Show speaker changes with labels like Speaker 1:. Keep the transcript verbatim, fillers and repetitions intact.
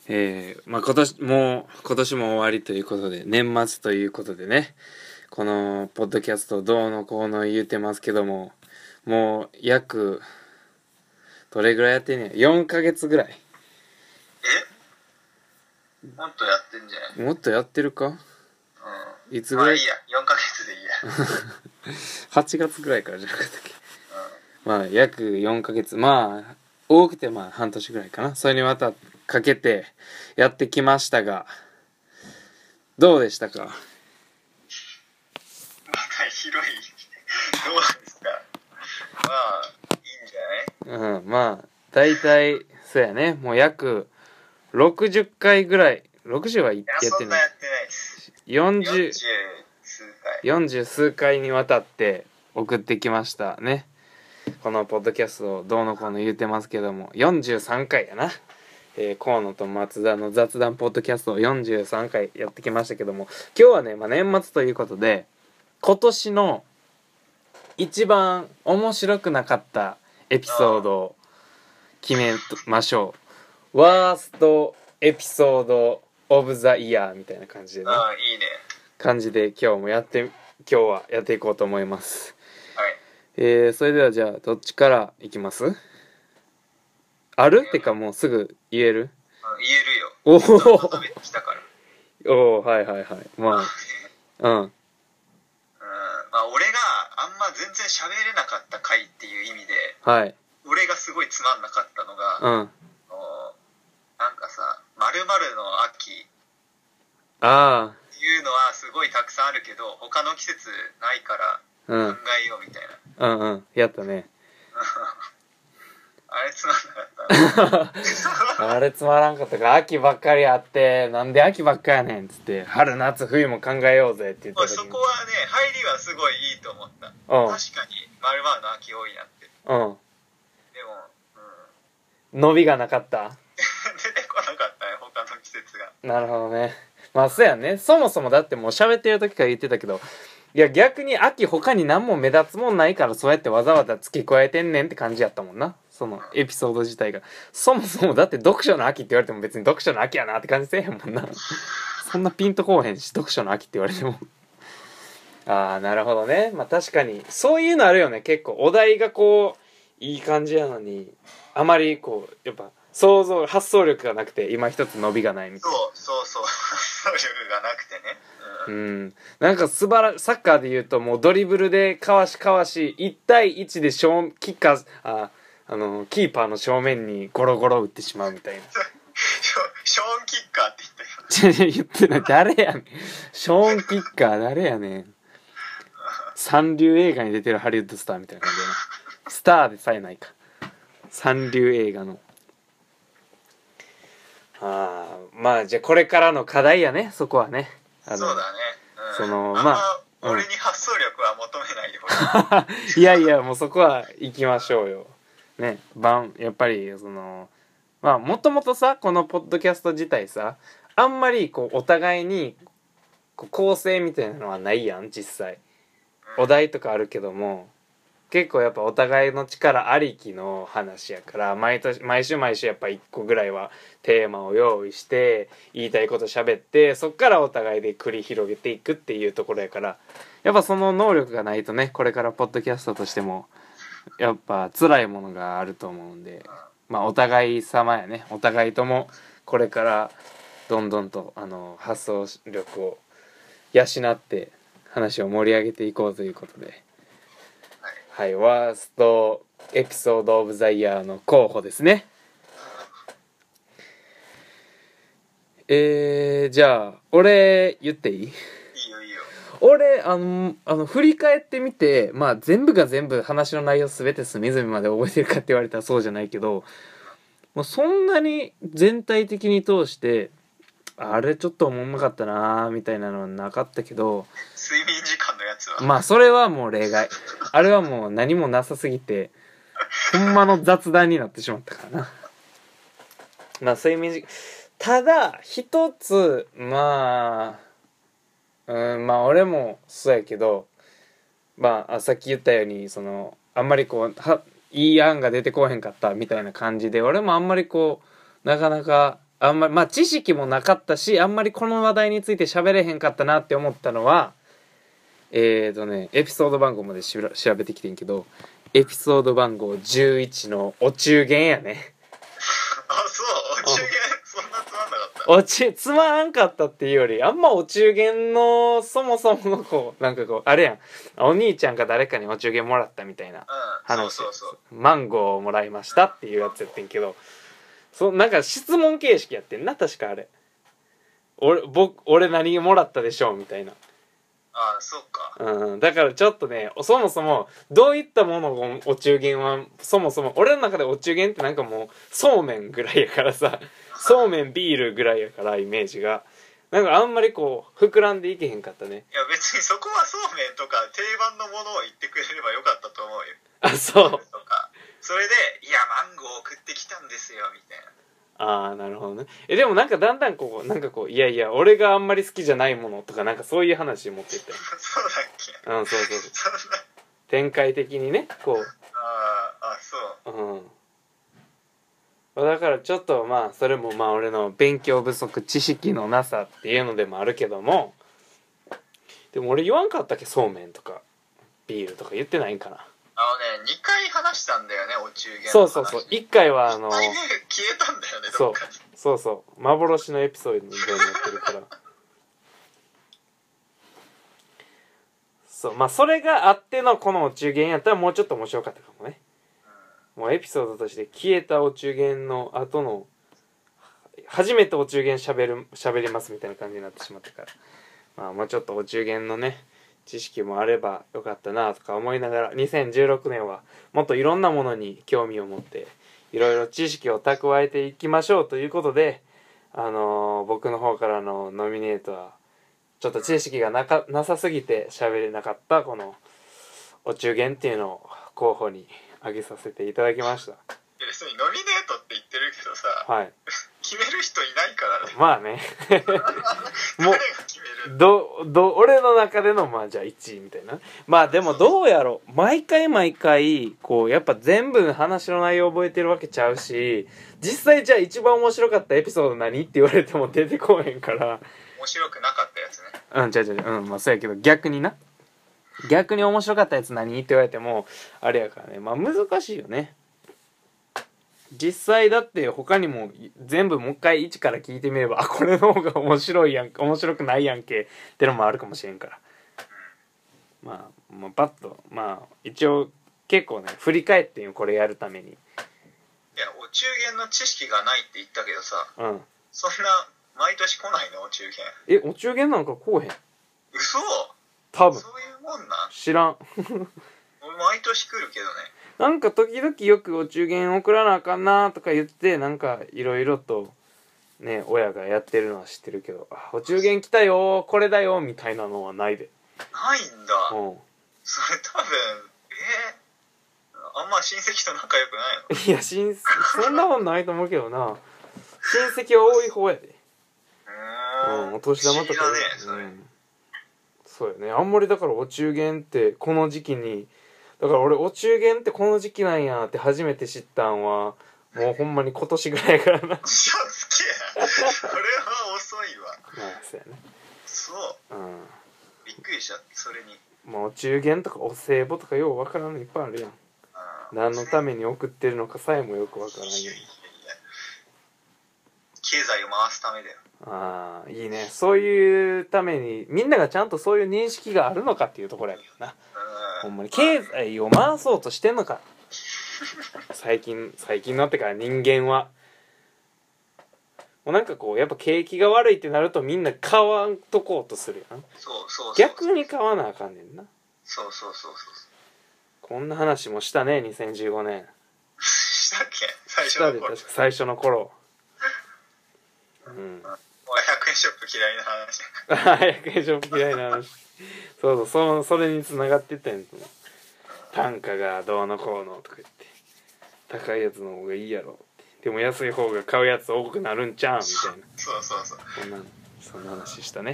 Speaker 1: えー、まあ今年も今年も終わりということで、年末ということでね、このポッドキャストどうのこうの言うてますけども、もう約どれぐらいやってんねん、よんかげつぐらい。
Speaker 2: えもっとやってんじゃない？
Speaker 1: もっとやってるか。
Speaker 2: うん、
Speaker 1: いつぐらい？
Speaker 2: まあいいや、よんかげつでいいや
Speaker 1: はちがつぐらいからじゃなかったっけ。まあ約よんかげつ、まあ多くてまあ半年ぐらいかな、それにわたかけてやってきましたが、どうでしたか。
Speaker 2: まだ広いどうですか。まあいいんじゃない。
Speaker 1: うん、まあ大体そうやね、もう約ろくじゅっかいぐらい、ろくじゅうはやってない、
Speaker 2: そんなやってないです。
Speaker 1: よんじゅう、
Speaker 2: よんじゅう数回
Speaker 1: よんじゅう数回にわたって送ってきましたね。このポッドキャストをどうのこうの言うてますけども、よんじゅうさんかいやな、えー、河野と松田の雑談ポッドキャストをよんじゅうさんかいやってきましたけども、今日はね、まあ、年末ということで今年の一番面白くなかったエピソードを決めましょう。ワーストエピソードオブザイヤーみたいな感じでね、
Speaker 2: ああいいね。
Speaker 1: 感じで今日もやって今日はやっていこうと思います。
Speaker 2: はい。
Speaker 1: えー、それではじゃあどっちからいきます？あるってかもうすぐ言える？
Speaker 2: 言えるよ。
Speaker 1: おお
Speaker 2: 求めてきたから。
Speaker 1: おお、はいはいはい。まあうん、
Speaker 2: うん、まあ俺があんま全然喋れなかった回っていう意味で、
Speaker 1: はい、
Speaker 2: 俺がすごいつまんなかったのが、
Speaker 1: うん、
Speaker 2: なんかさ、〇〇の秋
Speaker 1: あ
Speaker 2: っていうのはすごいたくさんあるけど、他の季節ないから考えようみたいな、
Speaker 1: あ、うんうん、やったね。
Speaker 2: あれつまんなかった。
Speaker 1: あれつまらんかったか。秋ばっかりあって、なんで秋ばっかやねんっつって、春夏冬も考えようぜって言った時に、
Speaker 2: そこはね、入りはすごいいいと思った。
Speaker 1: うん、
Speaker 2: 確かに〇〇の秋多いなって。
Speaker 1: うん、
Speaker 2: でも、
Speaker 1: うん、伸びがなかった。
Speaker 2: 出てこなかったね、他の季節が。
Speaker 1: なるほどね。まあそうやね、そもそもだってもう喋ってる時から言ってたけど、いや逆に秋他に何も目立つもんないからそうやってわざわざ付け加えてんねんって感じやったもんな、そのエピソード自体が。そもそもだって読書の秋って言われても別に読書の秋やなって感じせえへんもんな。そんなピンとこうへんし、読書の秋って言われても。ああ、なるほどね。まあ確かにそういうのあるよね。結構お題がこういい感じやのに、あまりこうやっぱ想像発想力がなくて今一つ伸びがないみたいな。
Speaker 2: そうそうそう、発想力がなくてね。
Speaker 1: うん、なんか素晴らサッカーで言うともうドリブルでかわしかわしいち対いちで正キッカーああのキーパーの正面にゴロゴロ打ってしまうみたいな。
Speaker 2: ショーンキッカーって言ったよ。
Speaker 1: 言ってない、誰やねん。ショーンキッカー誰やねん。三流映画に出てるハリウッドスターみたいな感じでな。スターでさえないか、三流映画の。ああ、まあじゃあこれからの課題やね、そこはね。
Speaker 2: そうだね、
Speaker 1: うん、その
Speaker 2: あん
Speaker 1: まあ
Speaker 2: 俺に発想力は求めないでほしい。
Speaker 1: いやいや、もうそこは行きましょうよね。ばんやっぱりそのまあもともとさ、このポッドキャスト自体さ、あんまりこうお互いにこう構成みたいなのはないやん実際。お題とかあるけども、結構やっぱお互いの力ありきの話やから、毎年毎週毎週やっぱいっこぐらいはテーマを用意して言いたいこと喋って、そっからお互いで繰り広げていくっていうところやから、やっぱその能力がないとね、これからポッドキャストとしてもやっぱ辛いものがあると思うんで、まあお互い様やね。お互いともこれからどんどんとあの発想力を養って話を盛り上げていこうということで、はい、ワーストエピソードオブザイヤーの候補ですね。えー、じゃあ俺言っていい？
Speaker 2: いいよいいよ。
Speaker 1: 俺あのあの振り返ってみて、まあ全部が全部話の内容すべて隅々まで覚えてるかって言われたらそうじゃないけど、もうそんなに全体的に通してあれちょっと思んなかったなみたいなのはなかったけど、
Speaker 2: 睡眠時間のやつは
Speaker 1: まあそれはもう例外。あれはもう何もなさすぎてほんまの雑談になってしまったからな。まあ睡眠時間、ただ一つまあうんまあ俺もそうやけど、まあさっき言ったようにそのあんまりこうはいい案が出てこへんかったみたいな感じで、俺もあんまりこうなかなかあんまりまあ知識もなかったし、あんまりこの話題について喋れへんかったなって思ったのは、えーとねエピソード番号までしら調べてきてんけど、エピソード番号じゅういちのお中元やね。
Speaker 2: あ、そう、お中元そんなつまんなかった。
Speaker 1: おちつまらんかったっていうより、あんまお中元のそもそものこうなんかこうあれやん、お兄ちゃんが誰かにお中元もらったみたいな
Speaker 2: うん、
Speaker 1: 話、
Speaker 2: そうそうそう。
Speaker 1: マンゴーをもらいましたっていうやつやってんけど、そなんか質問形式やってんな確かあれ。俺僕俺何もらったでしょうみたいな。
Speaker 2: あ、そうか。
Speaker 1: うん、だからちょっとね、そもそもどういったものをお中元は、そもそも俺の中でお中元ってなんかもうそうめんぐらいやからさ、そうめんビールぐらいやからイメージがなんかあんまりこう膨らんでいけへんかったね。
Speaker 2: いや別にそこはそうめんとか定番のものを言ってくれればよかったと思うよ。
Speaker 1: あ、そう
Speaker 2: とかそれでいやマンゴー送ってきたんですよみたいな。
Speaker 1: ああ、なるほどね。えでもなんかだんだんこうなんかこういやいや俺があんまり好きじゃないものとかなんかそういう話持ってって
Speaker 2: そうだっけ。
Speaker 1: うん、そうそうそう、
Speaker 2: そんな。
Speaker 1: 展開的にねこ
Speaker 2: ああ、あ、そう。
Speaker 1: う、うん、だからちょっとまあそれもまあ俺の勉強不足知識のなさっていうのでもあるけども、でも俺言わんかったっけ、そうめんとかビールとか言ってないんかな。
Speaker 2: あのね、にかい話したんだよね、お中元の話。
Speaker 1: そうそうそう、いっかいはあの
Speaker 2: いっかいめ消えたんだよね、
Speaker 1: そう
Speaker 2: どっかに。
Speaker 1: そうそう幻のエピソードになってるからそうまあそれがあってのこのお中元やったらもうちょっと面白かったかもね。もうエピソードとして消えたお中元の後の初めてお中元しゃべるしゃべりますみたいな感じになってしまったから、まあもうちょっとお中元のね知識もあればよかったなとか思いながら、にせんじゅうろくねんはもっといろんなものに興味を持っていろいろ知識を蓄えていきましょうということで、あのー、僕の方からのノミネートはちょっと知識がなかなさすぎて喋れなかったこのお中元っていうのを候補に挙げさせていただきました。
Speaker 2: 別にノミネートって言ってるけどさ、
Speaker 1: はい、
Speaker 2: 決める人いないからね。
Speaker 1: まあねもう
Speaker 2: 誰が決める。
Speaker 1: どど俺の中でのまあじゃあいちいみたいな。まあでもどうやろう、毎回毎回こうやっぱ全部話の内容覚えてるわけちゃうし、実際じゃあ一番面白かったエピソード何って言われても出てこへんから。
Speaker 2: 面白くなかったやつね。
Speaker 1: うん、じゃあじゃあうん、まあそうやけど逆にな逆に面白かったやつ何って言われてもあれやからね、まあ難しいよね実際。だって他にも全部もう一回一から聞いてみれば、あこれの方が面白いやん面白くないやんけってのもあるかもしれんから、まあもうパッとまあ一応結構ね振り返ってんこれやるために。
Speaker 2: いや、お中元の知識がないって言ったけどさ、
Speaker 1: うん、
Speaker 2: そんな毎年来ないのお中元。
Speaker 1: えお中元なんかこうへん
Speaker 2: 嘘。
Speaker 1: 多分。
Speaker 2: そういうもんなん。
Speaker 1: 知らん
Speaker 2: 俺毎年来るけどね。
Speaker 1: なんか時々よくお中元送らなあかんなとか言ってなんかいろいろとね親がやってるのは知ってるけど、あお中元来たよこれだよみたいなのはないで。
Speaker 2: ないんだ。
Speaker 1: うん
Speaker 2: それ多分えー、あんま親戚と仲良くないの。
Speaker 1: いや親そんなことないと思うけどな、親戚は多い方やで。
Speaker 2: うーん、
Speaker 1: うん、お年玉とか
Speaker 2: 不思議だねそれ、
Speaker 1: うん、そうよね。あんまりだからお中元ってこの時期に、だから俺お中元ってこの時期なんやって初めて知ったんはもうほんまに今年ぐらいやからなまあ
Speaker 2: 嘘つけこれは遅いわ。
Speaker 1: そうやね。
Speaker 2: そう、
Speaker 1: うん、
Speaker 2: びっくりしたそれに。
Speaker 1: まあお中元とかお歳暮とかようわからんのいっぱいあるやん。何のために送ってるのかさえもよくわからんよ。
Speaker 2: いやいやいや、経済を回すためだよ。
Speaker 1: ああいいね、そういうためにみんながちゃんとそういう認識があるのかっていうところやけどな。ほんまに経済を回そうとしてんのか最近最近になってから人間はもうなんかこうやっぱ景気が悪いってなるとみんな買わんとこうとするやん。
Speaker 2: そうそうそう、
Speaker 1: 逆に買わなあかんねんな。
Speaker 2: そうそうそうそう。
Speaker 1: こんな話もしたねにせんじゅうごねん。
Speaker 2: したっけ最初
Speaker 1: したで
Speaker 2: の頃。
Speaker 1: 確か最初の頃。うん。
Speaker 2: もうひゃくえんショップ嫌いな話。
Speaker 1: ひゃくえんショップ嫌いな話。そうそう、そのそれに繋がってったんやん。単価がどうのこうのとか言って高いやつの方がいいやろって、でも安い方が買うやつ多くなるんちゃうんみたいな。
Speaker 2: そうそうそう。
Speaker 1: そんなそんな話したね。